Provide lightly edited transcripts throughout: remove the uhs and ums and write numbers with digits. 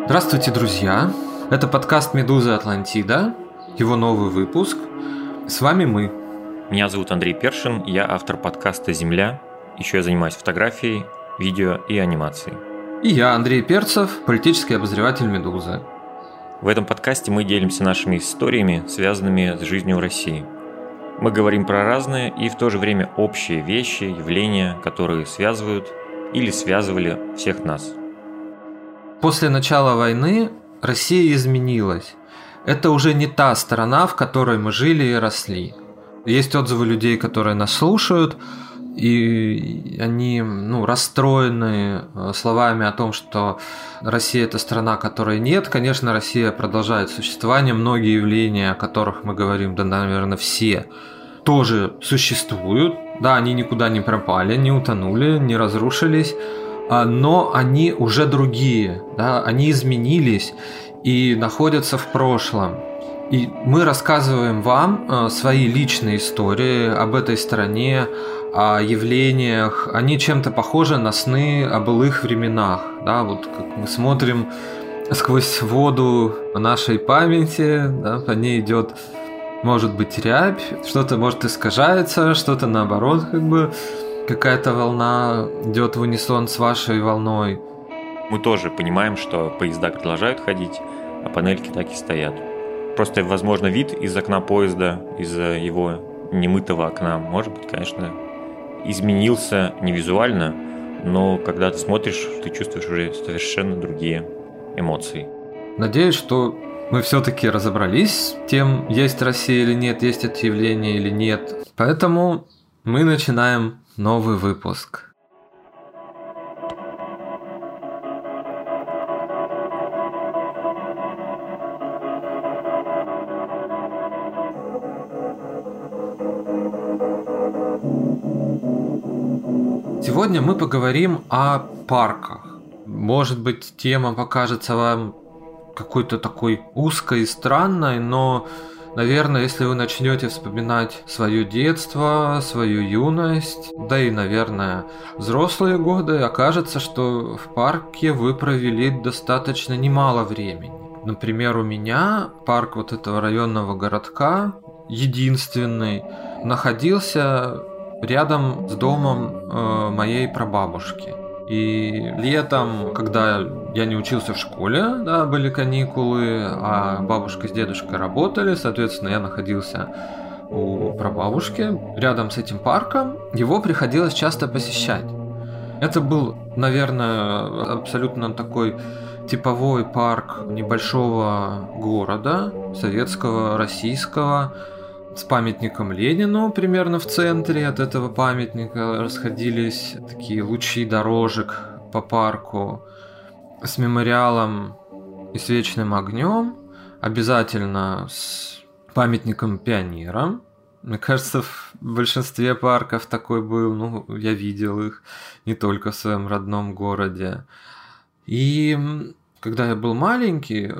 Здравствуйте, друзья! Это подкаст «Медуза Атлантида», его новый выпуск. С вами мы. Меня зовут Андрей Першин, я автор подкаста «Земля». Еще я занимаюсь фотографией, видео и анимацией. И я, Андрей Перцев, политический обозреватель «Медузы». В этом подкасте мы делимся нашими историями, связанными с жизнью России. Мы говорим про разные и в то же время общие вещи, явления, которые связывают или связывали всех нас. После начала войны Россия изменилась. Это уже не та страна, в которой мы жили и росли. Есть отзывы людей, которые нас слушают, и они расстроены словами о том, что Россия – это страна, которой нет. Конечно, Россия продолжает существование. Многие явления, о которых мы говорим, да, наверное, все, тоже существуют. Да, они никуда не пропали, не утонули, не разрушились. Но они уже другие, да, они изменились и находятся в прошлом. И мы рассказываем вам свои личные истории об этой стране, о явлениях. Они чем-то похожи на сны о былых временах. Да, вот как мы смотрим сквозь воду нашей памяти, да, по ней идет, может быть, рябь, что-то может искажается, что-то наоборот, какая-то волна идет в унисон с вашей волной. Мы тоже понимаем, что поезда продолжают ходить, а панельки так и стоят. Просто, возможно, вид из окна поезда, из его немытого окна, может быть, конечно, изменился не визуально, но когда ты смотришь, ты чувствуешь уже совершенно другие эмоции. Надеюсь, что мы все-таки разобрались с тем, есть Россия или нет, есть это явление или нет. Поэтому мы начинаем новый выпуск. Сегодня мы поговорим о парках. Может быть, тема покажется вам какой-то такой узкой и странной, но, наверное, если вы начнете вспоминать свое детство, свою юность, да и, наверное, взрослые годы, окажется, что в парке вы провели достаточно немало времени. Например, у меня парк вот этого районного городка, единственный, находился рядом с домом моей прабабушки. И летом, когда я не учился в школе, да, были каникулы, а бабушка с дедушкой работали, соответственно, я находился у прабабушки рядом с этим парком, его приходилось часто посещать. Это был, наверное, абсолютно такой типовой парк небольшого города, советского, российского, с памятником Ленину примерно в центре. От этого памятника расходились такие лучи дорожек по парку с мемориалом и с вечным огнем, обязательно с памятником пионерам. Мне кажется, в большинстве парков такой был, я видел их не только в своем родном городе. И когда я был маленький,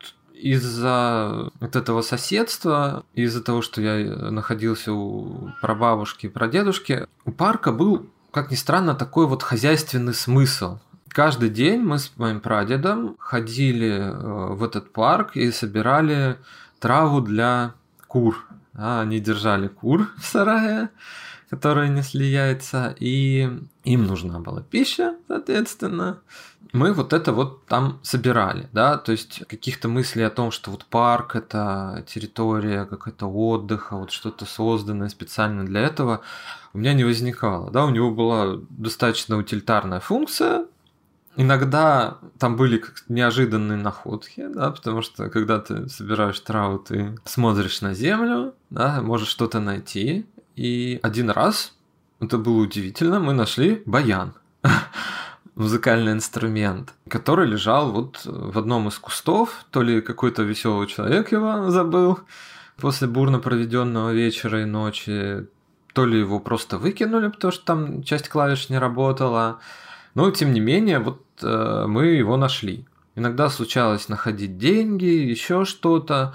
из-за вот этого соседства, из-за того, что я находился у прабабушки и прадедушки, у парка был, как ни странно, такой хозяйственный смысл. Каждый день мы с моим прадедом ходили в этот парк и собирали траву для кур. Они держали кур в сарае, которые несли яйца, и им нужна была пища, соответственно. Мы это там собирали, да, то есть каких-то мыслей о том, что парк – это территория какая-то отдыха, что-то созданное специально для этого, у меня не возникало, да, у него была достаточно утилитарная функция. Иногда там были неожиданные находки, да, потому что когда ты собираешь траву, ты смотришь на землю, да, можешь что-то найти. И один раз, это было удивительно, мы нашли баян, музыкальный инструмент, который лежал в одном из кустов, то ли какой-то веселый человек его забыл после бурно проведенного вечера и ночи, то ли его просто выкинули, потому что там часть клавиш не работала. Но, тем не менее, мы его нашли. Иногда случалось находить деньги, еще что-то.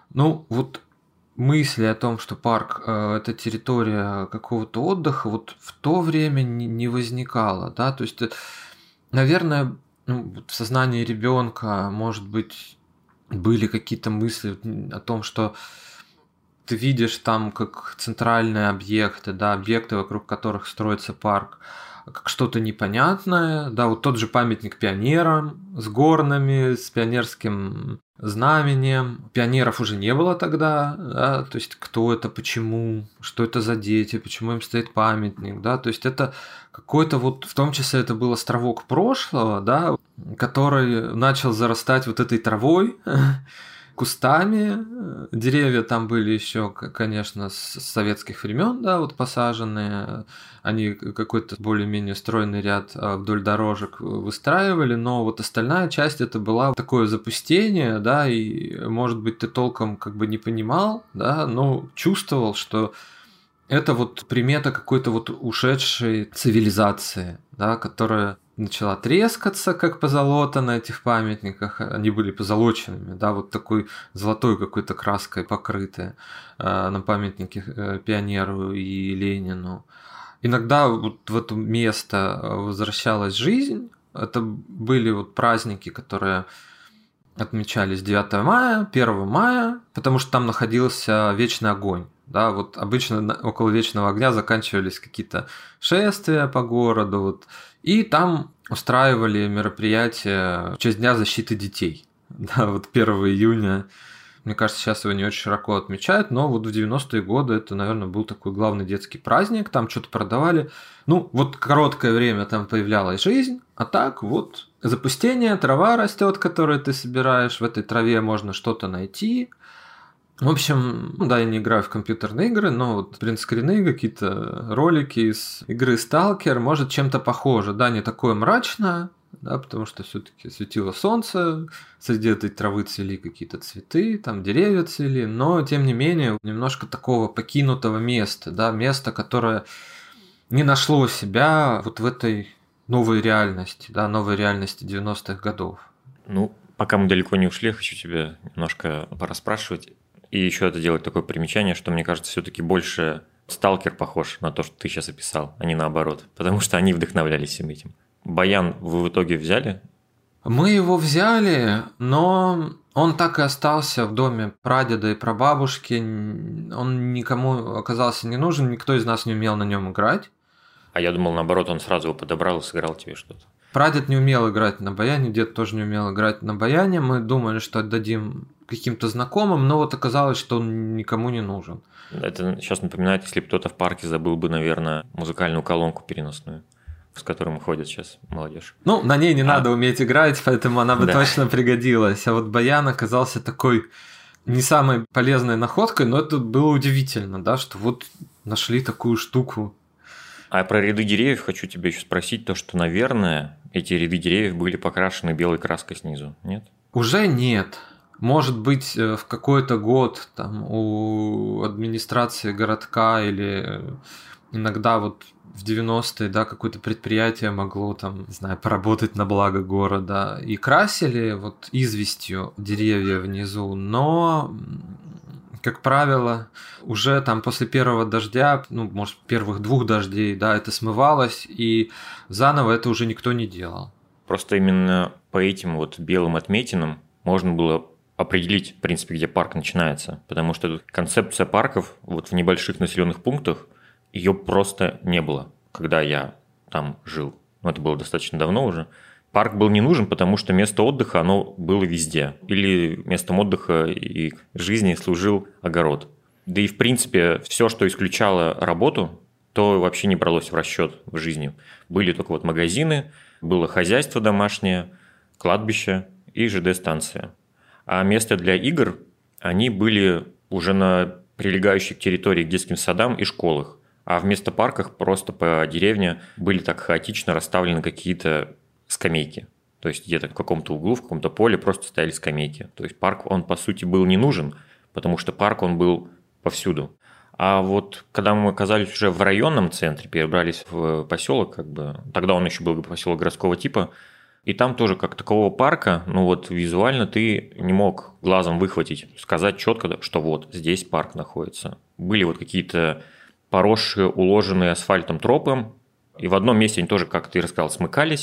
Мысли о том, что парк это территория какого-то отдыха, в то время не возникало, да, то есть, наверное, в сознании ребенка, может быть, были какие-то мысли о том, что ты видишь там как центральные объекты, да, объекты, вокруг которых строится парк, как что-то непонятное, да, вот тот же памятник пионерам с горнами, с пионерским знаменем. Пионеров уже не было тогда, да, то есть кто это, почему, что это за дети, почему им стоит памятник, да, то есть это какой-то вот, в том числе это был островок прошлого, да, который начал зарастать вот этой травой, кустами. Деревья там были еще, конечно, с советских времен, да, вот посаженные. Они какой-то более-менее стройный ряд вдоль дорожек выстраивали, но вот остальная часть это была такое запустение, да, и, может быть, ты толком как бы не понимал, да, но чувствовал, что это вот примета какой-то вот ушедшей цивилизации, да, которая начала трескаться, как позолота на этих памятниках. Они были позолоченными, да, вот такой золотой какой-то краской покрытые на памятнике Пионеру и Ленину. Иногда вот в это место возвращалась жизнь. Это были вот праздники, которые отмечались 9 мая, 1 мая, потому что там находился вечный огонь. Да, вот обычно около вечного огня заканчивались какие-то шествия по городу, вот, и там устраивали мероприятия в честь Дня защиты детей. Да, вот 1 июня, мне кажется, сейчас его не очень широко отмечают, но вот в 90-е годы это, наверное, был такой главный детский праздник, там что-то продавали. Ну, вот короткое время там появлялась жизнь, а так вот запустение, трава растет, которую ты собираешь, в этой траве можно что-то найти. В общем, да, я не играю в компьютерные игры, но вот принтскрины, какие-то ролики из игры Stalker, может, чем-то похоже. Да, не такое мрачное, да, потому что все-таки светило солнце, среди этой травы цвели какие-то цветы, там деревья цвели, но, тем не менее, немножко такого покинутого места, да, место, которое не нашло себя вот в этой новой реальности, да, новой реальности 90-х годов. Ну, пока мы далеко не ушли, хочу тебя немножко пораспрашивать. И еще это делать такое примечание, что, мне кажется, все-таки больше Сталкер похож на то, что ты сейчас описал, а не наоборот. Потому что они вдохновлялись всем этим. Баян вы в итоге взяли? Мы его взяли, но он так и остался в доме прадеда и прабабушки. Он никому оказался не нужен, никто из нас не умел на нем играть. А я думал, наоборот, он сразу его подобрал и сыграл тебе что-то. Прадед не умел играть на баяне, дед тоже не умел играть на баяне. Мы думали, что отдадим каким-то знакомым, но вот оказалось, что он никому не нужен. Это сейчас напоминает, если бы кто-то в парке забыл бы, наверное, музыкальную колонку переносную, с которой ходит сейчас молодежь. Ну, на ней не надо уметь играть, поэтому она бы Да. точно пригодилась. А вот баян оказался такой не самой полезной находкой, но это было удивительно, да, что вот нашли такую штуку. А про ряды деревьев хочу тебя еще спросить, то, что, наверное, эти ряды деревьев были покрашены белой краской снизу, нет? Уже нет. Может быть, в какой-то год там у администрации городка или иногда вот в 90-е, да, какое-то предприятие могло там, не знаю, поработать на благо города и красили вот известью деревья внизу, но, как правило, уже там после первого дождя, ну, может, первых 2 дождей, да, это смывалось, и заново это уже никто не делал. Просто именно по этим вот белым отметинам можно было определить, в принципе, где парк начинается. Потому что концепция парков вот в небольших населенных пунктах, ее просто не было, когда я там жил. Это было достаточно давно уже. Парк был не нужен, потому что место отдыха, оно было везде. Или местом отдыха и жизни служил огород. Да и, в принципе, все, что исключало работу, то вообще не бралось в расчет в жизни. Были только вот магазины, было хозяйство домашнее, кладбище и ЖД-станция. А места для игр, они были уже на прилегающих территориях к детским садам и школах. А вместо парков просто по деревне были так хаотично расставлены какие-то скамейки. То есть где-то в каком-то углу, в каком-то поле просто стояли скамейки. То есть парк, он по сути был не нужен, потому что парк, он был повсюду. А вот когда мы оказались уже в районном центре, перебрались в поселок, как бы, тогда он еще был поселок городского типа, и там тоже как такового парка, ну вот визуально ты не мог глазом выхватить, сказать четко, что вот здесь парк находится. Были вот какие-то поросшие, уложенные асфальтом тропы, и в одном месте они тоже, как ты рассказал, смыкались,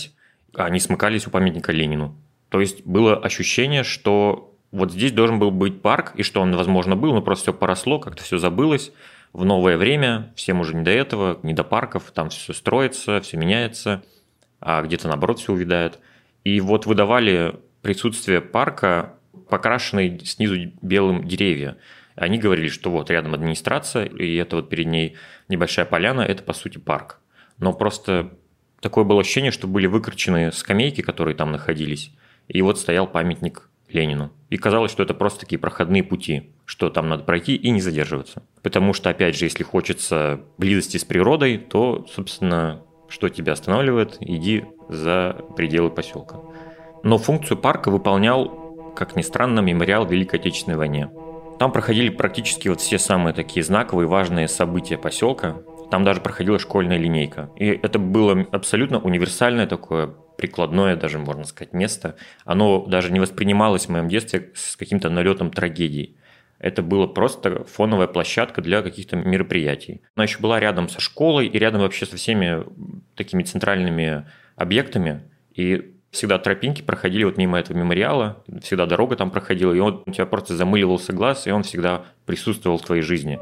они смыкались у памятника Ленину. То есть было ощущение, что вот здесь должен был быть парк, и что он, возможно, был, но просто все поросло, как-то все забылось. В новое время, всем уже не до этого, не до парков, там все строится, все меняется, а где-то, наоборот, все увядает. И вот выдавали присутствие парка, покрашенные снизу белым деревья. Они говорили, что вот рядом администрация, и это вот перед ней небольшая поляна, это, по сути, парк. Но просто такое было ощущение, что были выкорчены скамейки, которые там находились, и вот стоял памятник Ленину. И казалось, что это просто такие проходные пути, что там надо пройти и не задерживаться. Потому что, опять же, если хочется близости с природой, то, собственно, что тебя останавливает, иди за пределы поселка. Но функцию парка выполнял, как ни странно, мемориал Великой Отечественной войне. Там проходили практически вот все самые такие знаковые, важные события поселка. Там даже проходила школьная линейка. И это было абсолютно универсальное такое, прикладное даже, можно сказать, место. Оно даже не воспринималось в моем детстве с каким-то налетом трагедии. Это было просто фоновая площадка для каких-то мероприятий. Она еще была рядом со школой и рядом вообще со всеми такими центральными объектами. И всегда тропинки проходили вот мимо этого мемориала, всегда дорога там проходила, и он у тебя просто замыливался глаз, и он всегда присутствовал в твоей жизни.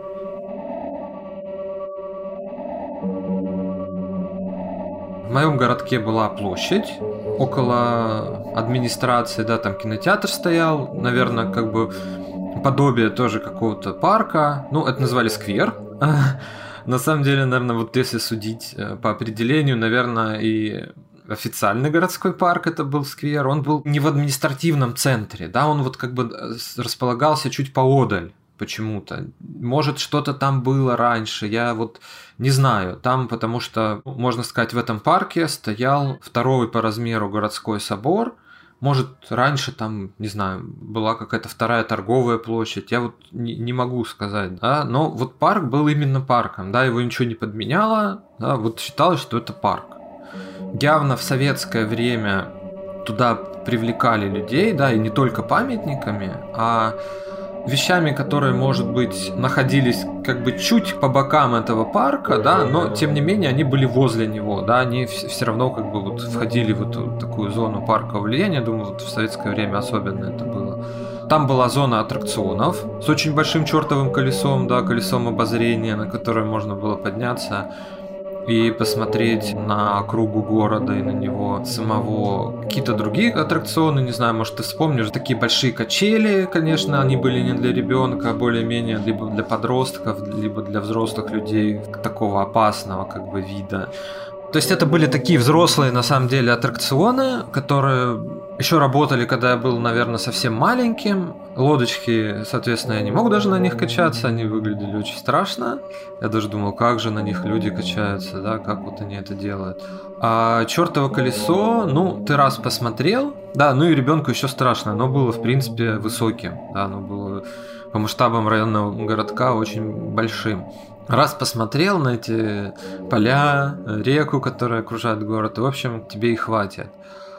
В моем городке была площадь около администрации, да, там кинотеатр стоял, наверное, как бы подобие тоже какого-то парка. Ну, это назвали сквер. На самом деле, наверное, вот если судить по определению, наверное, и официальный городской парк это был сквер. Он был не в административном центре, да, он вот как бы располагался чуть поодаль почему-то. Может, что-то там было раньше, я вот не знаю. Там, потому что, можно сказать, в этом парке стоял второй по размеру городской собор. Может, раньше там, не знаю, была какая-то вторая торговая площадь, я вот не могу сказать, да, но вот парк был именно парком, да, его ничего не подменяло, да, вот считалось, что это парк. Явно в советское время туда привлекали людей, да, и не только памятниками, а вещами, которые, может быть, находились как бы чуть по бокам этого парка, да, но тем не менее они были возле него, да, они все равно как бы вот входили в эту такую зону паркового влияния, думаю, вот в советское время особенно это было. Там была зона аттракционов с очень большим чертовым колесом, да, колесом обозрения, на которое можно было подняться и посмотреть на округу города и на него самого. Какие-то другие аттракционы, не знаю, может, ты вспомнишь, такие большие качели, конечно, они были не для ребенка, более-менее, либо для подростков, либо для взрослых людей такого опасного как бы вида. То есть это были такие взрослые, на самом деле, аттракционы, которые еще работали, когда я был, наверное, совсем маленьким. Лодочки, соответственно, я не мог даже на них качаться, они выглядели очень страшно. Я даже думал, как же на них люди качаются, да, как вот они это делают. А чертово колесо, ну, ты раз посмотрел, да, ну и ребенку еще страшно, оно было, в принципе, высоким, да, оно было по масштабам районного городка очень большим. Раз посмотрел на эти поля, реку, которая окружает город, и, в общем, тебе и хватит.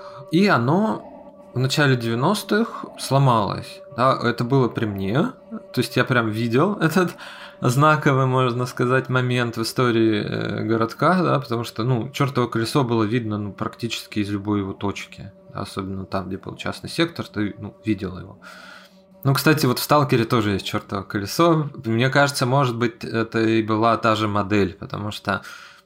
И оно в начале 90-х сломалось. Да, это было при мне. То есть я прям видел этот знаковый, можно сказать, момент в истории городка, да, потому что, ну, чертово колесо было видно, ну, практически из любой его точки. Да, особенно там, где был частный сектор, ты, ну, видел его. Ну, кстати, вот в «Сталкере» тоже есть чертово колесо. Мне кажется, может быть, это и была та же модель, потому что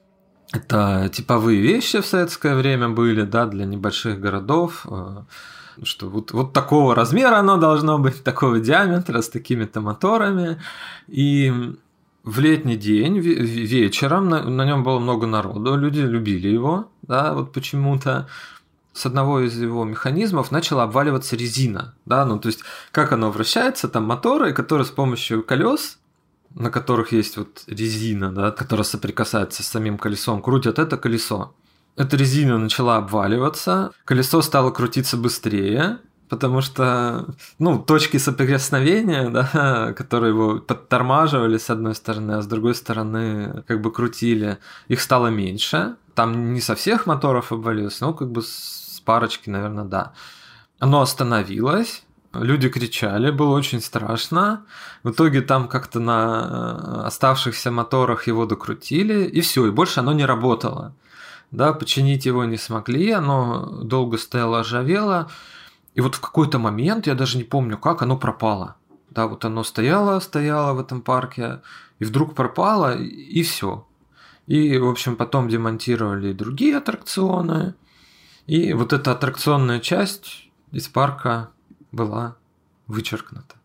это типовые вещи в советское время были, да, для небольших городов, что вот такого размера оно должно быть, такого диаметра, с такими-то моторами. И в летний день, вечером, на нем было много народу, люди любили его, да, вот почему-то. С одного из его механизмов начала обваливаться резина, да, ну то есть как оно вращается, там моторы, которые с помощью колес, на которых есть вот резина, да, которая соприкасается с самим колесом, крутят это колесо. Эта резина начала обваливаться, колесо стало крутиться быстрее, потому что, ну, точки соприкосновения, да, которые его подтормаживали с одной стороны, а с другой стороны как бы крутили, их стало меньше. Там не со всех моторов обвалилось, но как бы с парочки, наверное, да. Оно остановилось, люди кричали, было очень страшно. В итоге там как-то на оставшихся моторах его докрутили, и все, и больше оно не работало. да, починить его не смогли, оно долго стояло, ржавело, и вот в какой-то момент, я даже не помню как, оно пропало. Да, вот оно стояло в этом парке, и вдруг пропало, и все. И, в общем, потом демонтировали и другие аттракционы, и вот эта аттракционная часть из парка была вычеркнута.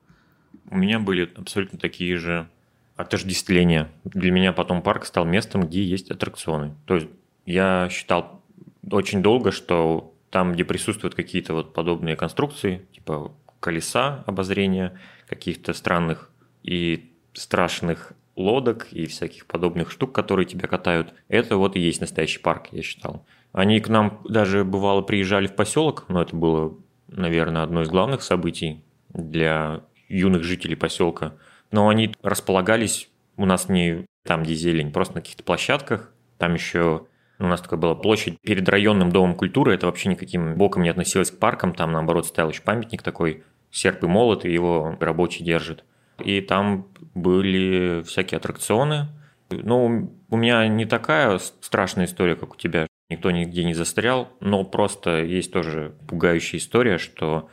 У меня были абсолютно такие же отождествления. Для меня потом парк стал местом, где есть аттракционы. То есть я считал очень долго, что там, где присутствуют какие-то вот подобные конструкции, типа колеса обозрения, каких-то странных и страшных лодок и всяких подобных штук, которые тебя катают, это вот и есть настоящий парк, я считал. Они к нам даже, бывало, приезжали в поселок, но это было, наверное, одно из главных событий для юных жителей поселка. Но они располагались у нас не там, где зелень, просто на каких-то площадках. Там еще у нас такая была площадь перед районным домом культуры, это вообще никаким боком не относилось к паркам, там, наоборот, стоял еще памятник такой, серп и молот, и его рабочий держит. И там были всякие аттракционы. Ну, у меня не такая страшная история, как у тебя. Никто нигде не застрял, но просто есть тоже пугающая история, что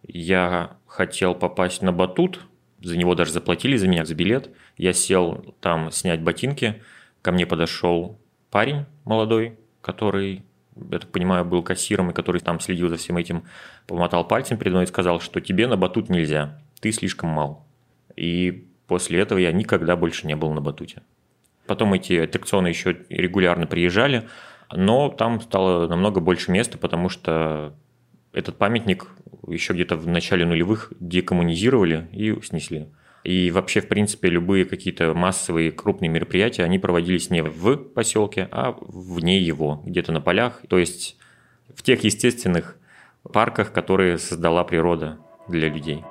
я хотел попасть на батут, за него даже заплатили за меня, за билет. Я сел там снять ботинки, ко мне подошел парень молодой, который, я так понимаю, был кассиром и который там следил за всем этим, помотал пальцем передо мной и сказал, что тебе на батут нельзя, ты слишком мал. И после этого я никогда больше не был на батуте. Потом эти аттракционы еще регулярно приезжали, но там стало намного больше места, потому что этот памятник еще где-то в начале нулевых декоммунизировали и снесли. И вообще, в принципе, любые какие-то массовые крупные мероприятия, они проводились не в поселке, а вне его, где-то на полях, то есть в тех естественных парках, которые создала природа для людей.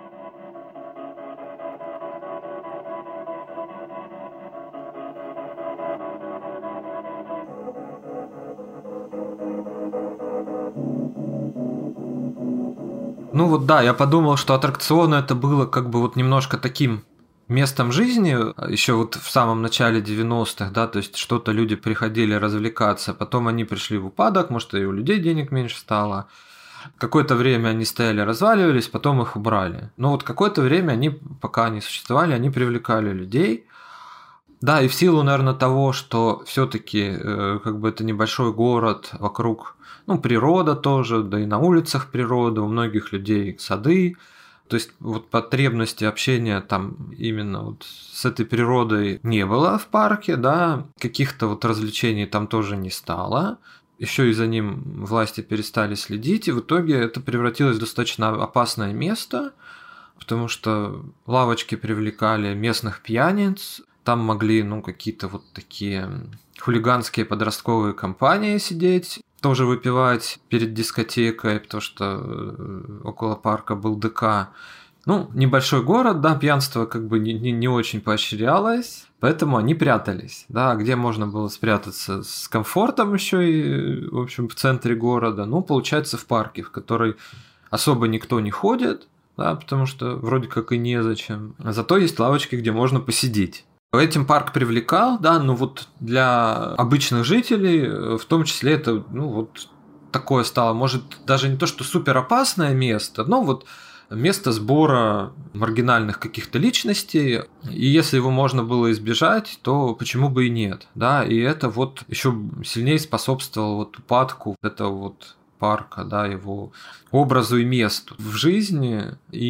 Ну вот да, я подумал, что аттракционы это было как бы вот немножко таким местом жизни, еще вот в самом начале 90-х, да, то есть что-то люди приходили развлекаться, потом они пришли в упадок, может, и у людей денег меньше стало. Какое-то время они стояли, разваливались, потом их убрали. Но вот какое-то время они, пока они существовали, они привлекали людей. Да, и в силу, наверное, того, что все-таки как бы это небольшой город, вокруг, ну, природа тоже, да и на улицах природа, у многих людей сады. То есть вот потребности общения там именно вот с этой природой не было в парке, да, каких-то вот развлечений там тоже не стало. Еще и за ним власти перестали следить, и в итоге это превратилось в достаточно опасное место, потому что лавочки привлекали местных пьяниц, там могли, ну, какие-то вот такие хулиганские подростковые компании сидеть, тоже выпивать перед дискотекой, потому что около парка был ДК. Ну, небольшой город, да, пьянство как бы не очень поощрялось, поэтому они прятались, да, где можно было спрятаться с комфортом еще и, в общем, в центре города, ну, получается, в парке, в который особо никто не ходит, да, потому что вроде как и незачем, зато есть лавочки, где можно посидеть. Этим парк привлекал, да, но вот для обычных жителей, в том числе это, ну, вот такое стало, может, даже не то, что супер опасное место, но вот место сбора маргинальных каких-то личностей, и если его можно было избежать, то почему бы и нет, да, и это вот еще сильнее способствовало вот упадку этого вот парка, да, его образу и месту в жизни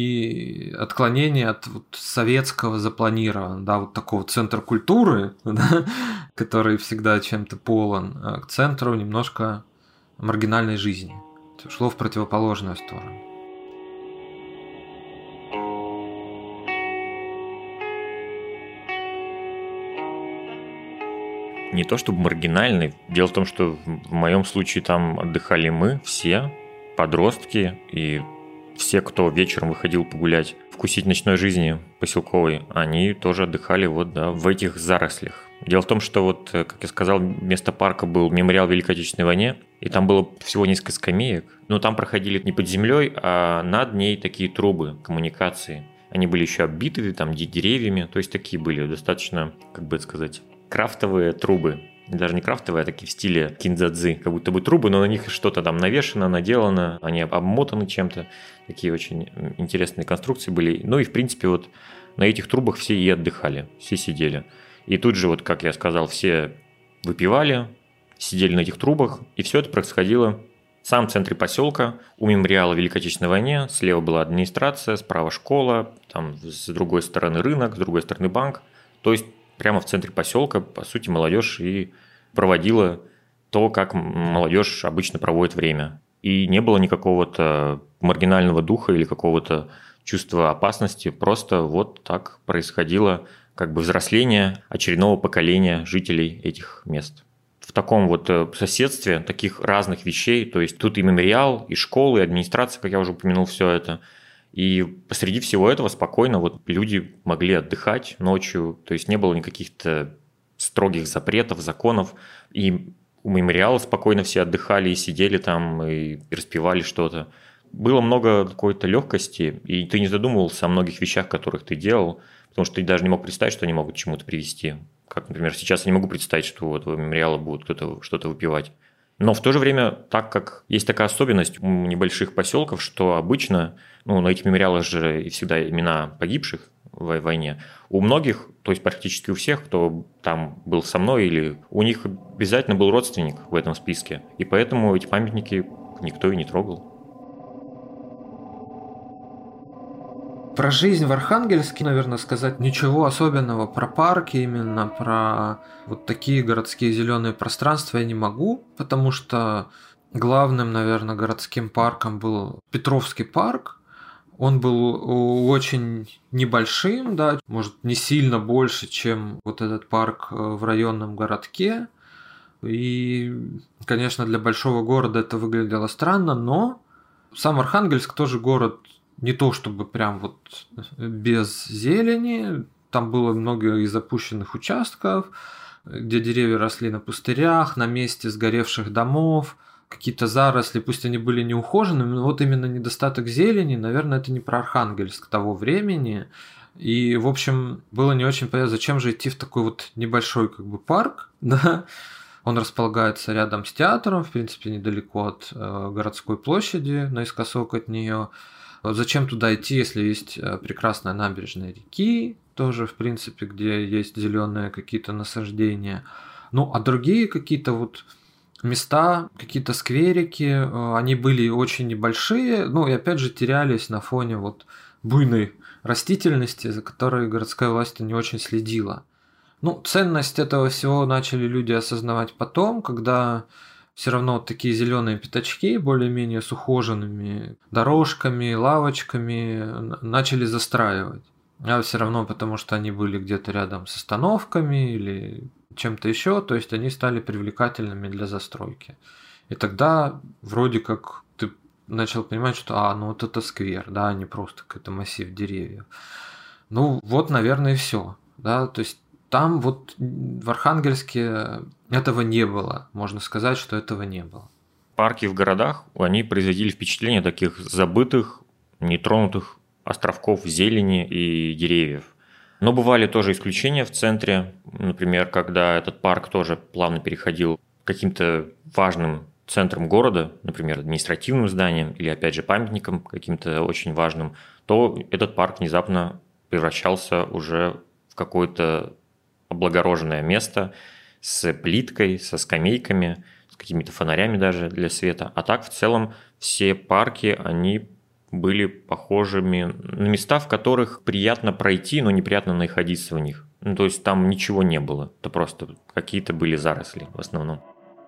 и отклонение от вот советского запланированного, да, вот такого центра культуры, да, который всегда чем-то полон, к центру немножко маргинальной жизни. Шло в противоположную сторону. Не то чтобы маргинальный. Дело в том, что в моем случае там отдыхали мы все, подростки, и все, кто вечером выходил погулять, вкусить ночной жизни поселковой, они тоже отдыхали вот, да, в этих зарослях. Дело в том, что вот, как я сказал, вместо парка был мемориал Великой Отечественной войне, и там было всего несколько скамеек, но там проходили не под землей, а над ней такие трубы коммуникации. Они были еще оббиты там деревьями, то есть такие были достаточно, как бы это сказать, крафтовые трубы. даже не крафтовые, а такие в стиле киндзадзы, как будто бы трубы, но на них что-то там навешено, наделано, они обмотаны чем-то. Такие очень интересные конструкции были. Ну и, в принципе, вот на этих трубах все и отдыхали, все сидели. И тут же, вот как я сказал, все выпивали, сидели на этих трубах, и все это происходило в самом центре поселка, у мемориала Великой Отечественной войне. Слева была администрация, справа школа, там с другой стороны рынок, с другой стороны банк. То есть прямо в центре поселка, по сути, молодежь и проводила то, как молодежь обычно проводит время. И не было никакого-то маргинального духа или какого-то чувства опасности, просто вот так происходило как бы взросление очередного поколения жителей этих мест. В таком вот соседстве таких разных вещей, то есть тут и мемориал, и школы, и администрация, как я уже упомянул, все это. И посреди всего этого спокойно вот люди могли отдыхать ночью, то есть не было никаких-то строгих запретов, законов, и у мемориала спокойно все отдыхали и сидели там, и распевали что-то. Было много какой-то легкости, и ты не задумывался о многих вещах, которых ты делал, потому что ты даже не мог представить, что они могут к чему-то привести. Как, например, сейчас я не могу представить, что вот у мемориала будет кто-то что-то выпивать. Но в то же время, так как есть такая особенность у небольших поселков, что обычно, на этих мемориалах же и всегда имена погибших в войне, у многих, то есть практически у всех, кто там был со мной, или у них обязательно был родственник в этом списке, и поэтому эти памятники никто и не трогал. Про жизнь в Архангельске, наверное, сказать ничего особенного про парки, именно про вот такие городские зеленые пространства я не могу, потому что главным, наверное, городским парком был Петровский парк. Он был очень небольшим, да, может, не сильно больше, чем вот этот парк в районном городке. И, конечно, для большого города это выглядело странно, но сам Архангельск тоже город не то чтобы прям вот без зелени. Там было много и запущенных участков, где деревья росли на пустырях, на месте сгоревших домов, какие-то заросли, пусть они были неухоженными, но вот именно недостаток зелени, наверное, это не про Архангельск того времени. И, в общем, было не очень понятно, зачем же идти в такой вот небольшой как бы парк, да. Он располагается рядом с театром, в принципе, недалеко от городской площади, наискосок от нее. Зачем туда идти, если есть прекрасная набережная реки, тоже, в принципе, где есть зеленые какие-то насаждения. Ну, а другие какие-то вот места, какие-то скверики, они были очень небольшие, ну и опять же терялись на фоне вот буйной растительности, за которой городская власть не очень следила. Ну, ценность этого всего начали люди осознавать потом, когда все равно вот такие зеленые пятачки, более-менее с ухоженными дорожками, лавочками, начали застраивать. А все равно потому, что они были где-то рядом с остановками или чем-то еще, то есть они стали привлекательными для застройки. И тогда вроде как ты начал понимать, что ну вот это сквер, да, а не просто какой-то массив деревьев. Ну вот, наверное, и все, да, то есть там вот в Архангельске этого не было, можно сказать, что этого не было. Парки в городах, они производили впечатление таких забытых, нетронутых островков зелени и деревьев. Но бывали тоже исключения в центре, например, когда этот парк тоже плавно переходил к каким-то важным центрам города, например, административным зданиям или, опять же, памятникам каким-то очень важным, то этот парк внезапно превращался уже в какое-то облагороженное место с плиткой, со скамейками, с какими-то фонарями даже для света. А так, в целом, все парки, они были похожими на места, в которых приятно пройти, но неприятно находиться в них. Ну, то есть там ничего не было. Это просто какие-то были заросли в основном.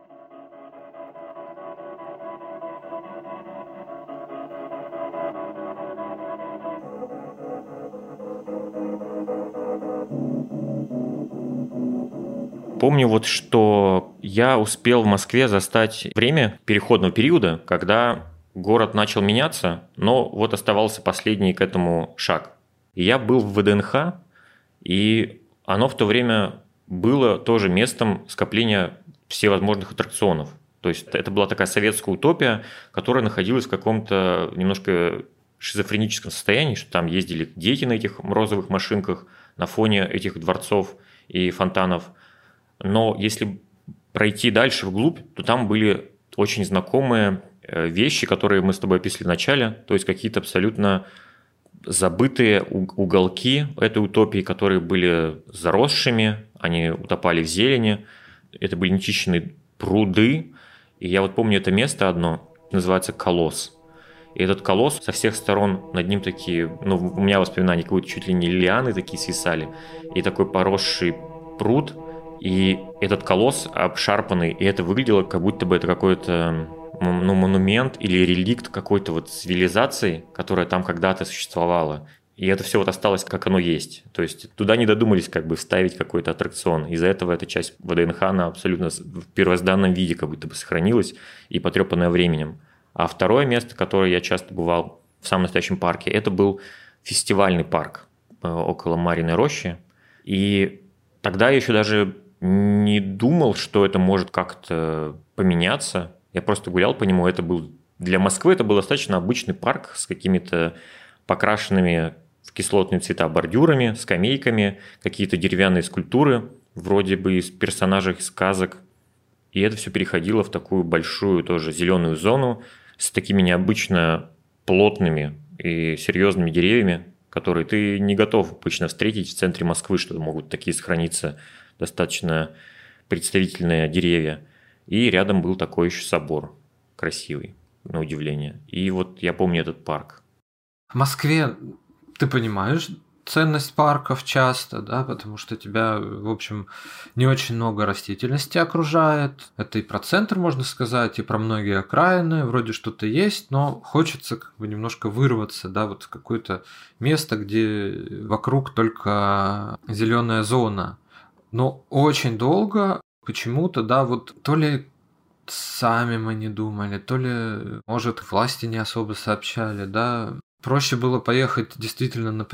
Помню вот, что я успел в Москве застать время переходного периода, когда город начал меняться, но вот оставался последний к этому шаг. И я был в ВДНХ, и оно в то время было тоже местом скопления всевозможных аттракционов. То есть это была такая советская утопия, которая находилась в каком-то немножко шизофреническом состоянии, что там ездили дети на этих розовых машинках на фоне этих дворцов и фонтанов. Но если пройти дальше вглубь, то там были очень знакомые вещи, которые мы с тобой описали в начале, то есть какие-то абсолютно забытые уголки этой утопии, которые были заросшими, они утопали в зелени, это были нечищенные пруды, и я вот помню это место одно, называется Колосс. И этот колосс, со всех сторон над ним такие, ну, у меня воспоминания, какие-то чуть ли не лианы такие свисали, и такой поросший пруд, и этот колосс обшарпанный, и это выглядело, как будто бы это какой-то, ну, монумент или реликт какой-то вот цивилизации, которая там когда-то существовала. И это все вот осталось, как оно есть. То есть туда не додумались как бы вставить какой-то аттракцион. Из-за этого эта часть ВДНХ, она абсолютно в первозданном виде как будто бы сохранилась и потрепанная временем. А второе место, которое я часто бывал в самом настоящем парке, это был фестивальный парк около Марьиной рощи. И тогда я еще даже не думал, что это может как-то поменяться. Я просто гулял по нему. Это был для Москвы это был достаточно обычный парк с какими-то покрашенными в кислотные цвета бордюрами, скамейками, какие-то деревянные скульптуры, вроде бы из персонажей сказок. И это все переходило в такую большую тоже зеленую зону с такими необычно плотными и серьезными деревьями, которые ты не готов обычно встретить в центре Москвы, что могут такие сохраниться достаточно представительные деревья. И рядом был такой еще собор красивый, на удивление. И вот я помню этот парк. В Москве, ты понимаешь, ценность парков часто, да, потому что тебя, в общем, не очень много растительности окружает. Это и про центр, можно сказать, и про многие окраины. Вроде что-то есть, но хочется как бы немножко вырваться, да, вот в какое-то место, где вокруг только зеленая зона. Но очень долго почему-то, да, вот то ли сами мы не думали, то ли, может, власти не особо сообщали, да. Проще было поехать действительно на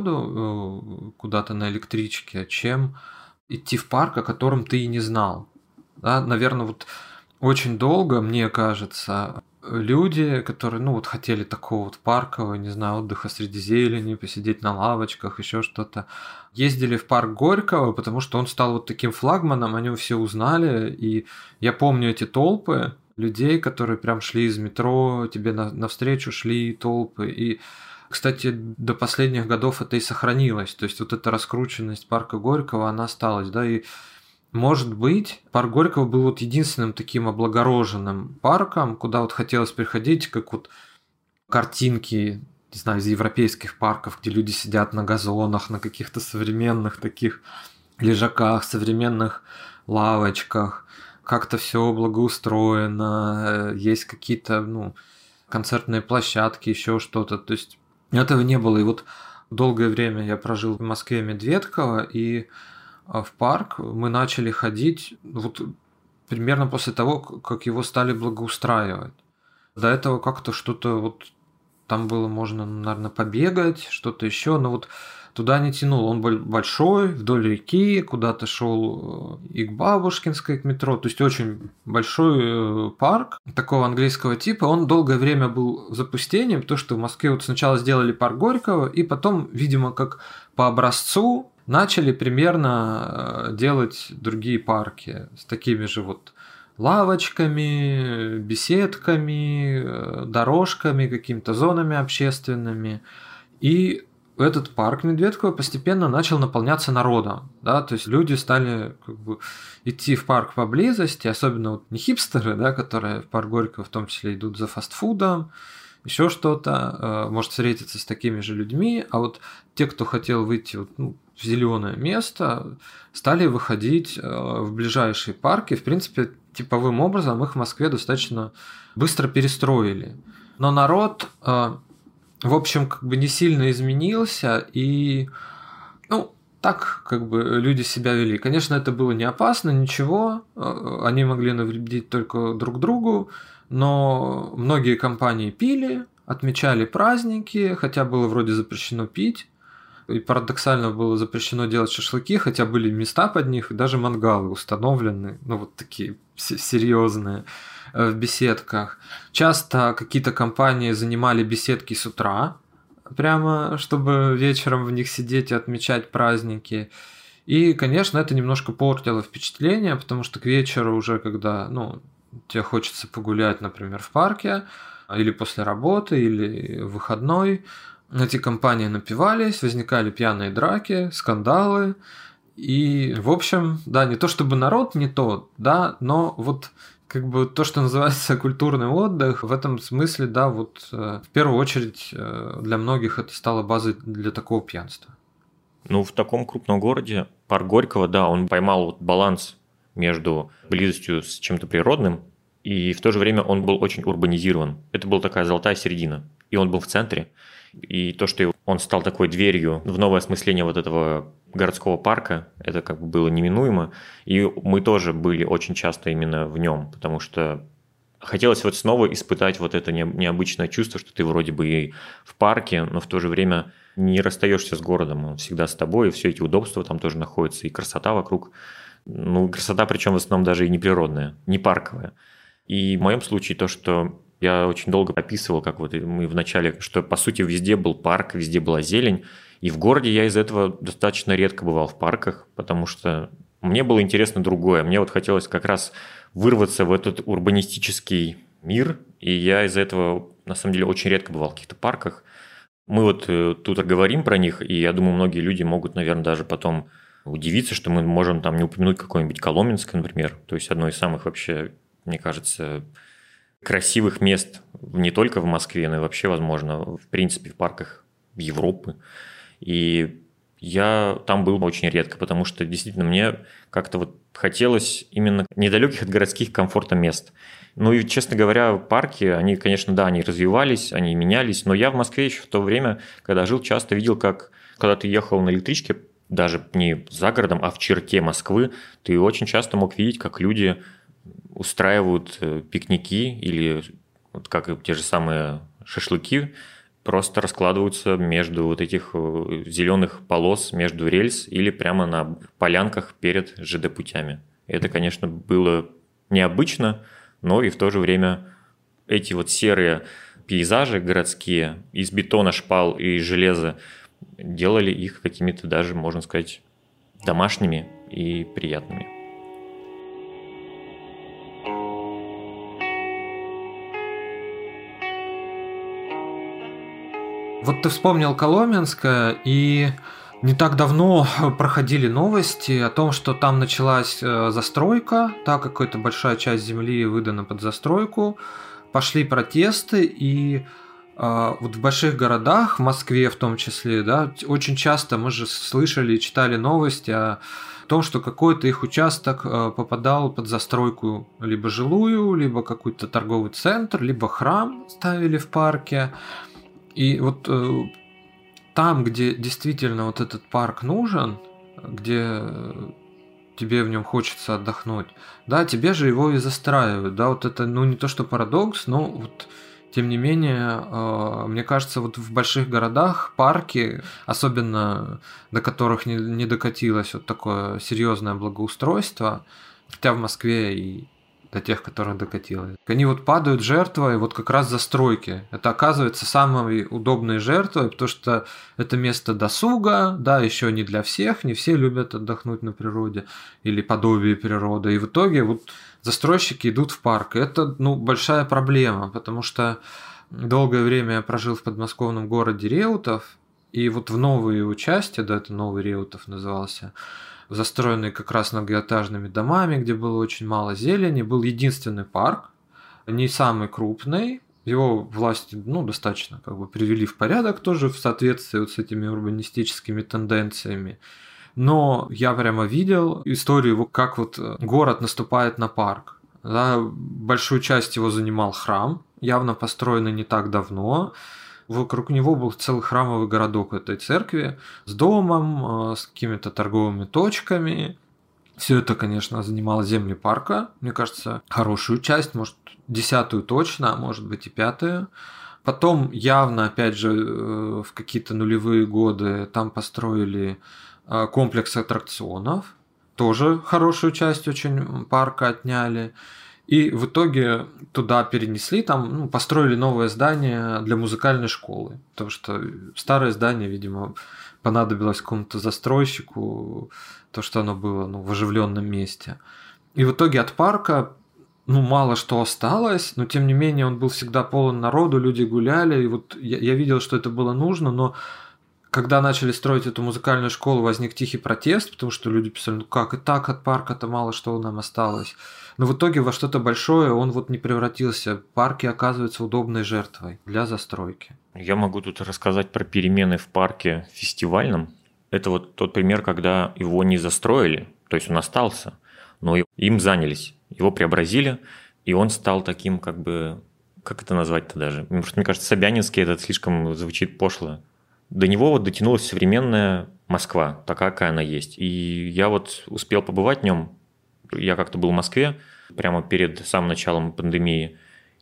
природу, куда-то на электричке, чем идти в парк, о котором ты и не знал. Да? Наверное, вот очень долго, мне кажется, люди, которые, ну, вот хотели такого вот паркового, не знаю, отдыха среди зелени, посидеть на лавочках, еще что-то, ездили в парк Горького, потому что он стал вот таким флагманом, о нем все узнали, и я помню эти толпы людей, которые прям шли из метро, тебе навстречу шли толпы. И, кстати, до последних годов это и сохранилось. То есть вот эта раскрученность парка Горького, она осталась, да, и может быть, парк Горького был вот единственным таким облагороженным парком, куда вот хотелось приходить, как вот картинки, не знаю, из европейских парков, где люди сидят на газонах, на каких-то современных таких лежаках, современных лавочках. Как-то все благоустроено, есть какие-то, ну, концертные площадки, еще что-то. То есть этого не было. И вот долгое время я прожил в Москве Медведково, и в парк мы начали ходить вот примерно после того, как его стали благоустраивать. До этого как-то что-то вот там было можно, наверное, побегать, что-то еще, но вот туда не тянул. Он был большой, вдоль реки, куда-то шел и к Бабушкинской, к метро. То есть очень большой парк такого английского типа. Он долгое время был запустением, потому что в Москве вот сначала сделали парк Горького, и потом, видимо, как по образцу начали примерно делать другие парки с такими же вот лавочками, беседками, дорожками, какими-то зонами общественными. И этот парк Медведково постепенно начал наполняться народом, да, то есть люди стали как бы идти в парк поблизости, особенно вот не хипстеры, да, которые в парк Горького в том числе идут за фастфудом, еще что-то, может встретиться с такими же людьми, а вот те, кто хотел выйти вот, ну, в зеленое место, стали выходить в ближайшие парки, в принципе, типовым образом их в Москве достаточно быстро перестроили, но народ в общем, как бы не сильно изменился, и, ну, так как бы люди себя вели. Конечно, это было не опасно, ничего, они могли навредить только друг другу, но многие компании пили, отмечали праздники, хотя было вроде запрещено пить, и парадоксально было запрещено делать шашлыки, хотя были места под них, и даже мангалы установлены, ну, вот такие серьезные, в беседках. Часто какие-то компании занимали беседки с утра, прямо чтобы вечером в них сидеть и отмечать праздники. И, конечно, это немножко портило впечатление, потому что к вечеру уже, когда, тебе хочется погулять, например, в парке, или после работы, или в выходной, эти компании напивались, возникали пьяные драки, скандалы. И, в общем, да, не то чтобы народ не тот, да, но вот как бы то, что называется культурный отдых, в этом смысле, да, вот в первую очередь для многих это стало базой для такого пьянства. В таком крупном городе парк Горького, да, он поймал баланс между близостью с чем-то природным, и в то же время он был очень урбанизирован. Это была такая золотая середина. И он был в центре. И то, что он стал такой дверью в новое осмысление вот этого городского парка, это как бы было неминуемо. И мы тоже были очень часто именно в нем, потому что хотелось вот снова испытать вот это необычное чувство, что ты вроде бы и в парке, но в то же время не расстаешься с городом, он всегда с тобой, и все эти удобства там тоже находятся, и красота вокруг. Красота причем в основном даже и не природная, не парковая. И в моем случае то, что я очень долго описывал, как вот мы в начале, что по сути везде был парк, везде была зелень, и в городе я из-за этого достаточно редко бывал в парках, потому что мне было интересно другое. Мне вот хотелось как раз вырваться в этот урбанистический мир, и я из-за этого, на самом деле, очень редко бывал в каких-то парках. Мы вот тут говорим про них, и я думаю, многие люди могут, наверное, даже потом удивиться, что мы можем там не упомянуть какое-нибудь Коломенское, например, то есть одно из самых вообще, мне кажется, красивых мест не только в Москве, но и вообще, возможно, в принципе, в парках Европы. И я там был очень редко, потому что действительно мне как-то вот хотелось именно недалеких от городских комфорта мест. И, честно говоря, парки, они, конечно, да, они развивались, они менялись, но я в Москве еще в то время, когда жил, часто видел, как когда ты ехал на электричке, даже не за городом, а в черте Москвы, ты очень часто мог видеть, как люди устраивают пикники или вот как и те же самые шашлыки, просто раскладываются между вот этих зеленых полос, между рельс или прямо на полянках перед ЖД-путями. Это, конечно, было необычно, но и в то же время эти вот серые пейзажи городские из бетона, шпал и железа делали их какими-то даже, можно сказать, домашними и приятными. Вот ты вспомнил Коломенское, и не так давно проходили новости о том, что там началась застройка, да, какая-то большая часть земли выдана под застройку, пошли протесты, и вот в больших городах, в Москве в том числе, да, очень часто мы же слышали и читали новости о том, что какой-то их участок попадал под застройку либо жилую, либо какой-то торговый центр, либо храм ставили в парке. И вот там, где действительно вот этот парк нужен, где тебе в нем хочется отдохнуть, да, тебе же его и застраивают, да, вот это, не то что парадокс, но вот тем не менее, мне кажется, вот в больших городах парки, особенно до которых не докатилось вот такое серьезное благоустройство, хотя в Москве и до тех, которых докатилось. Они вот падают жертвой вот как раз застройки. Это оказывается самой удобной жертвой, потому что это место досуга, да, еще не для всех, не все любят отдохнуть на природе или подобие природы. И в итоге вот застройщики идут в парк. И это, большая проблема, потому что долгое время я прожил в подмосковном городе Реутов, и вот в новые его части, да, это Новый Реутов назывался, застроенный как раз многоэтажными домами, где было очень мало зелени, был единственный парк, не самый крупный. Его власти, достаточно привели в порядок тоже в соответствии вот с этими урбанистическими тенденциями. Но я прямо видел историю, как вот город наступает на парк. Да, большую часть его занимал храм, явно построенный не так давно. Вокруг него был целый храмовый городок этой церкви с домом, с какими-то торговыми точками. Все это, конечно, занимало земли парка. Мне кажется, хорошую часть, может, 10-ю точно, а может быть и 5-ю. Потом явно, опять же, в какие-то нулевые годы там построили комплекс аттракционов. Тоже хорошую часть очень парка отняли. И в итоге туда перенесли, там построили новое здание для музыкальной школы. Потому что старое здание, видимо, понадобилось какому-то застройщику то, что оно было в оживленном месте. И в итоге от парка мало что осталось, но тем не менее он был всегда полон народу, люди гуляли, и вот я видел, что это было нужно, но когда начали строить эту музыкальную школу, возник тихий протест, потому что люди писали, как и так от парка-то мало что нам осталось. Но в итоге во что-то большое он не превратился. Парки оказываются удобной жертвой для застройки. Я могу тут рассказать про перемены в парке фестивальном. Это тот пример, когда его не застроили, то есть он остался, но им занялись, его преобразили, и он стал таким как это назвать-то даже? Потому что, мне кажется, Собянинский это слишком звучит пошло. До него дотянулась современная Москва, такая, какая она есть. И я успел побывать в нем. Я как-то был в Москве прямо перед самым началом пандемии.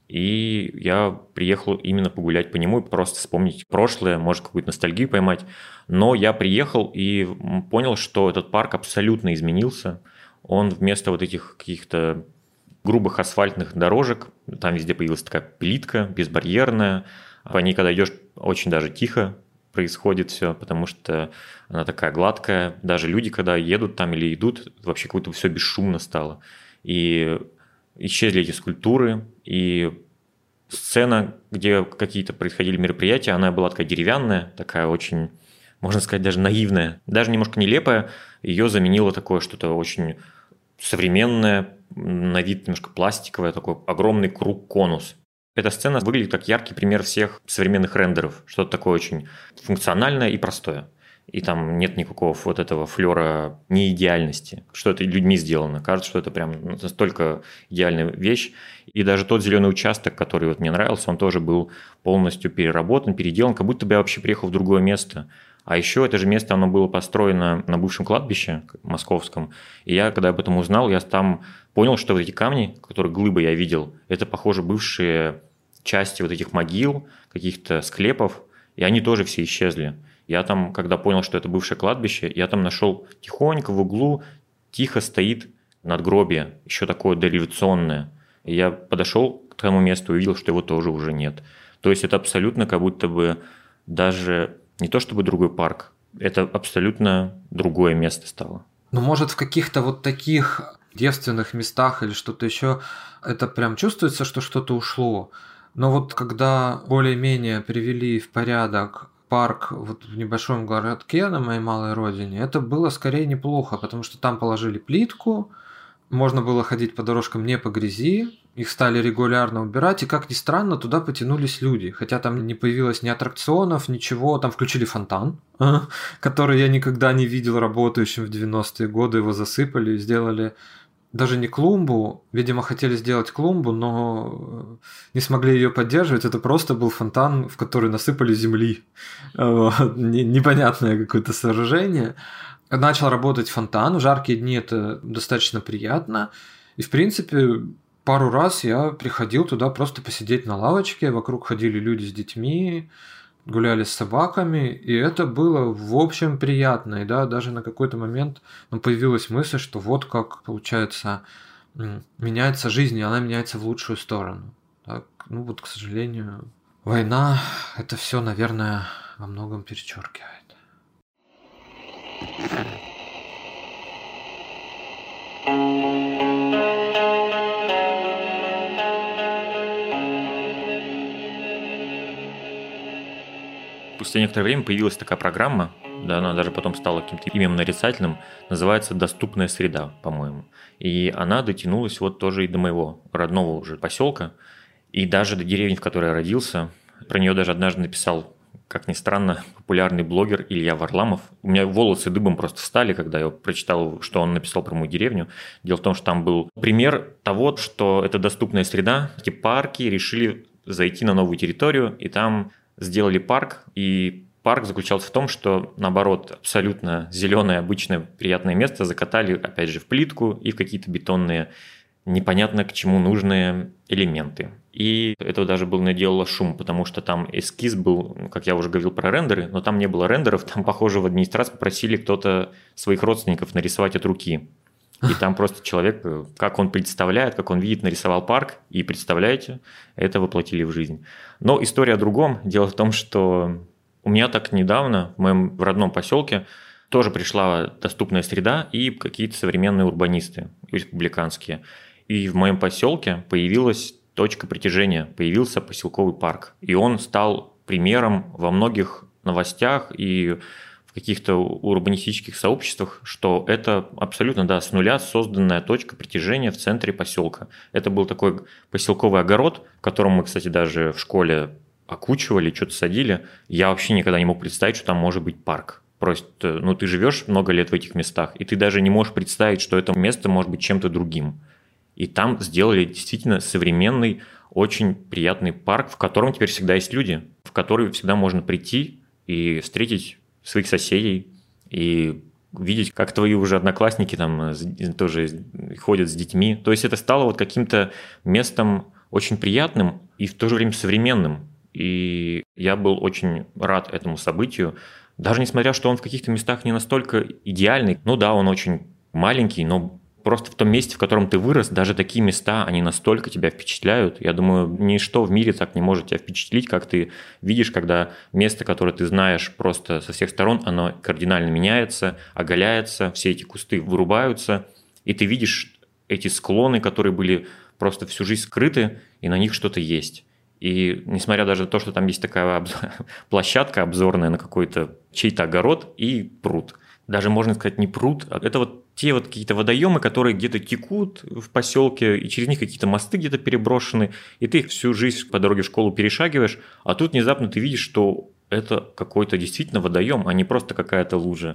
И я приехал именно погулять по нему и просто вспомнить прошлое, может, какую-то ностальгию поймать. Но я приехал и понял, что этот парк абсолютно изменился. Он вместо этих каких-то грубых асфальтных дорожек, там везде появилась такая плитка безбарьерная. По ней, когда идешь, очень даже тихо происходит все, потому что она такая гладкая. Даже люди, когда едут там или идут, вообще как-то все бесшумно стало. И исчезли эти скульптуры, и сцена, где какие-то происходили мероприятия, она была такая деревянная, такая очень, можно сказать, даже наивная, даже немножко нелепая. Ее заменило такое что-то очень современное, на вид немножко пластиковое, такой огромный круг-конус. Эта сцена выглядит как яркий пример всех современных рендеров. Что-то такое очень функциональное и простое. И там нет никакого этого флера неидеальности, что это людьми сделано. Кажется, что это прям настолько идеальная вещь. И даже тот зеленый участок, который мне нравился, он тоже был полностью переработан, переделан, как будто бы я вообще приехал в другое место. А еще это же место, оно было построено на бывшем кладбище московском. И я, когда об этом узнал, я там понял, что эти камни, которые глыбы я видел, это, похоже, бывшие части этих могил, каких-то склепов, и они тоже все исчезли. Я там, когда понял, что это бывшее кладбище, я там нашел тихонько в углу, тихо стоит надгробие, еще такое дореволюционное. И я подошел к тому месту и увидел, что его тоже уже нет. То есть это абсолютно как будто бы даже не то чтобы другой парк, это абсолютно другое место стало. Может, в каких-то таких девственных местах или что-то еще, это прям чувствуется, что что-то ушло. Но когда более-менее привели в порядок парк в небольшом городке на моей малой родине, это было скорее неплохо, потому что там положили плитку, можно было ходить по дорожкам не по грязи, их стали регулярно убирать, и, как ни странно, туда потянулись люди. Хотя там не появилось ни аттракционов, ничего. Там включили фонтан, который я никогда не видел работающим в 90-е годы. Его засыпали и сделали даже не клумбу. Видимо, хотели сделать клумбу, но не смогли ее поддерживать. Это просто был фонтан, в который насыпали земли. Непонятное какое-то сооружение. Начал работать фонтан. В жаркие дни это достаточно приятно. И, в принципе, пару раз я приходил туда просто посидеть на лавочке. Вокруг ходили люди с детьми, гуляли с собаками. И это было, в общем, приятно. И даже на какой-то момент появилась мысль, что как, получается, меняется жизнь, и она меняется в лучшую сторону. Так, к сожалению, война это все, наверное, во многом перечеркивает. Спустя некоторое время появилась такая программа, она даже потом стала каким-то именем нарицательным, называется «Доступная среда», по-моему. И она дотянулась тоже и до моего родного уже поселка, и даже до деревни, в которой я родился. Про нее даже однажды написал, как ни странно, популярный блогер Илья Варламов. У меня волосы дыбом просто встали, когда я прочитал, что он написал про мою деревню. Дело в том, что там был пример того, что это доступная среда. Эти парки решили зайти на новую территорию, и там сделали парк, и парк заключался в том, что, наоборот, абсолютно зеленое, обычное, приятное место закатали, опять же, в плитку и в какие-то бетонные, непонятно к чему нужные элементы. И это даже наделало шум, потому что там эскиз был, как я уже говорил про рендеры, но там не было рендеров, там, похоже, в администрации попросили кто-то своих родственников нарисовать от руки. И там просто человек, как он представляет, как он видит, нарисовал парк, и, представляете, это воплотили в жизнь. Но история о другом. Дело в том, что у меня так недавно в моем родном поселке тоже пришла доступная среда и какие-то современные урбанисты республиканские. И в моем поселке появилась точка притяжения, появился поселковый парк. И он стал примером во многих новостях и в каких-то урбанистических сообществах, что это абсолютно, да, с нуля созданная точка притяжения в центре поселка. Это был такой поселковый огород, в котором мы, кстати, даже в школе окучивали, что-то садили. Я вообще никогда не мог представить, что там может быть парк. Просто, ну, ты живешь много лет в этих местах, и ты даже не можешь представить, что это место может быть чем-то другим. И там сделали действительно современный, очень приятный парк, в котором теперь всегда есть люди, в который всегда можно прийти и встретить своих соседей, и видеть, как твои уже одноклассники там тоже ходят с детьми. То есть это стало вот каким-то местом очень приятным и в то же время современным. И я был очень рад этому событию, даже несмотря, что он в каких-то местах не настолько идеальный. Ну да, он очень маленький, но просто в том месте, в котором ты вырос, даже такие места, они настолько тебя впечатляют. Я думаю, ничто в мире так не может тебя впечатлить, как ты видишь, когда место, которое ты знаешь просто со всех сторон, оно кардинально меняется, оголяется, все эти кусты вырубаются, и ты видишь эти склоны, которые были просто всю жизнь скрыты, и на них что-то есть. И несмотря даже на то, что там есть такая площадка обзорная на какой-то чей-то огород и пруд. Даже можно сказать не пруд, а это вот те вот какие-то водоемы, которые где-то текут в поселке, и через них какие-то мосты где-то переброшены, и ты их всю жизнь по дороге в школу перешагиваешь, а тут внезапно ты видишь, что это какой-то действительно водоем, а не просто какая-то лужа.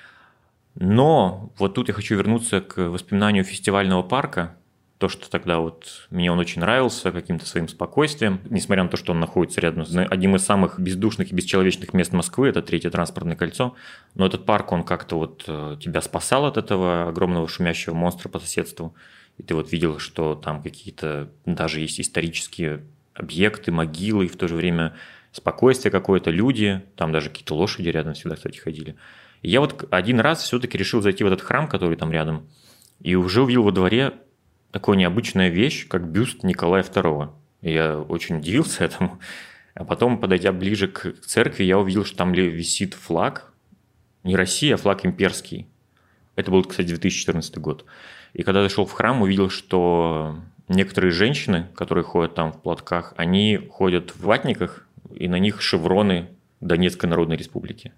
Но вот тут я хочу вернуться к воспоминанию фестивального парка. То, что тогда вот мне он очень нравился каким-то своим спокойствием, несмотря на то, что он находится рядом с одним из самых бездушных и бесчеловечных мест Москвы, это Третье транспортное кольцо. Но этот парк, он как-то вот тебя спасал от этого огромного шумящего монстра по соседству. И ты вот видел, что там какие-то даже есть исторические объекты, могилы, и в то же время спокойствие какое-то, люди, там даже какие-то лошади рядом всегда, кстати, ходили. И я вот один раз все-таки решил зайти в этот храм, который там рядом, и уже увидел во дворе такая необычная вещь, как бюст Николая II. Я очень удивился этому. А потом, подойдя ближе к церкви, я увидел, что там висит флаг. Не Россия, а флаг имперский. Это был, кстати, 2014 год. И когда зашел в храм, увидел, что некоторые женщины, которые ходят там в платках, они ходят в ватниках, и на них шевроны Донецкой Народной Республики.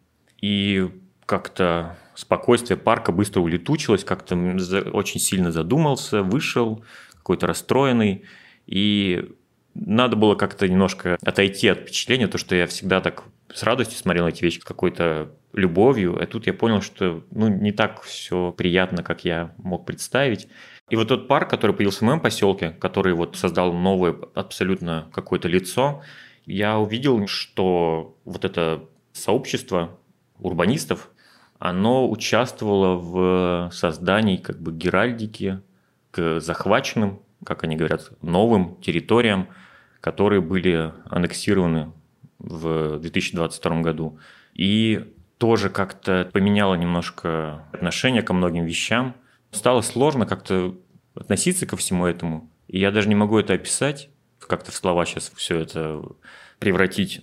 И как-то спокойствие парка быстро улетучилось, как-то очень сильно задумался, вышел, какой-то расстроенный, и надо было как-то немножко отойти от впечатления, то, что я всегда так с радостью смотрел на эти вещи, с какой-то любовью, а тут я понял, что не так все приятно, как я мог представить. И вот тот парк, который появился в моем поселке, который вот создал новое абсолютно какое-то лицо, я увидел, что вот это сообщество урбанистов, оно участвовало в создании как бы геральдики к захваченным, как они говорят, новым территориям, которые были аннексированы в 2022 году. И тоже как-то поменяло немножко отношение ко многим вещам. Стало сложно как-то относиться ко всему этому. И я даже не могу это описать, как-то в слова сейчас все это превратить.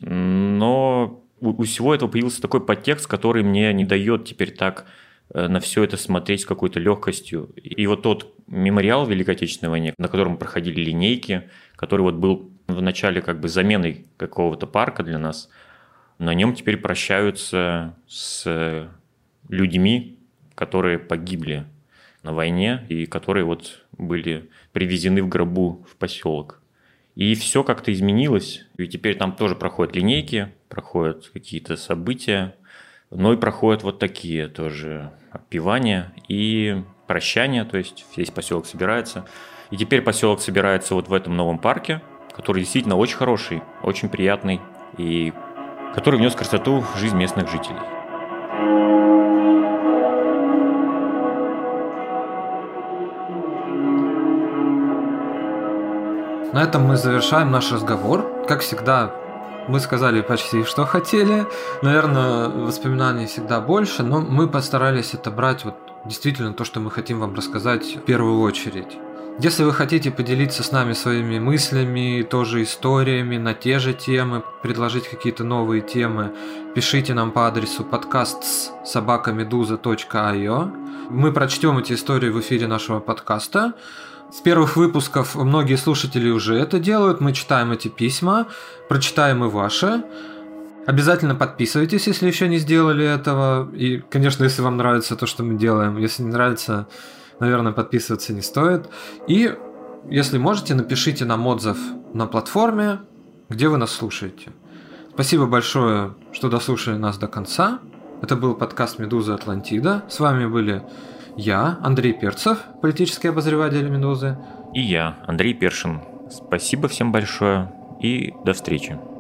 Но у всего этого появился такой подтекст, который мне не дает теперь так на все это смотреть с какой-то легкостью. И вот тот мемориал Великой Отечественной войны, на котором проходили линейки, который вот был в начале как бы заменой какого-то парка для нас, на нем теперь прощаются с людьми, которые погибли на войне и которые вот были привезены в гробу в поселок. И все как-то изменилось, и теперь там тоже проходят линейки, проходят какие-то события, но и проходят вот такие тоже отпевания и прощания, то есть весь поселок собирается. И теперь поселок собирается вот в этом новом парке, который действительно очень хороший, очень приятный, и который внес красоту в жизнь местных жителей. На этом мы завершаем наш разговор. Как всегда, мы сказали почти, что хотели. Наверное, воспоминаний всегда больше, но мы постарались отобрать вот действительно то, что мы хотим вам рассказать в первую очередь. Если вы хотите поделиться с нами своими мыслями, тоже историями на те же темы, предложить какие-то новые темы, пишите нам по адресу podcast@meduza.io. Мы прочтем эти истории в эфире нашего подкаста. С первых выпусков многие слушатели уже это делают. Мы читаем эти письма, прочитаем и ваши. Обязательно подписывайтесь, если еще не сделали этого. И, конечно, если вам нравится то, что мы делаем. Если не нравится, наверное, подписываться не стоит. И, если можете, напишите нам отзыв на платформе, где вы нас слушаете. Спасибо большое, что дослушали нас до конца. Это был подкаст «Медуза Атлантида». С вами были я, Андрей Перцев, политический обозреватель «Медузы». И я, Андрей Першин. Спасибо всем большое и до встречи.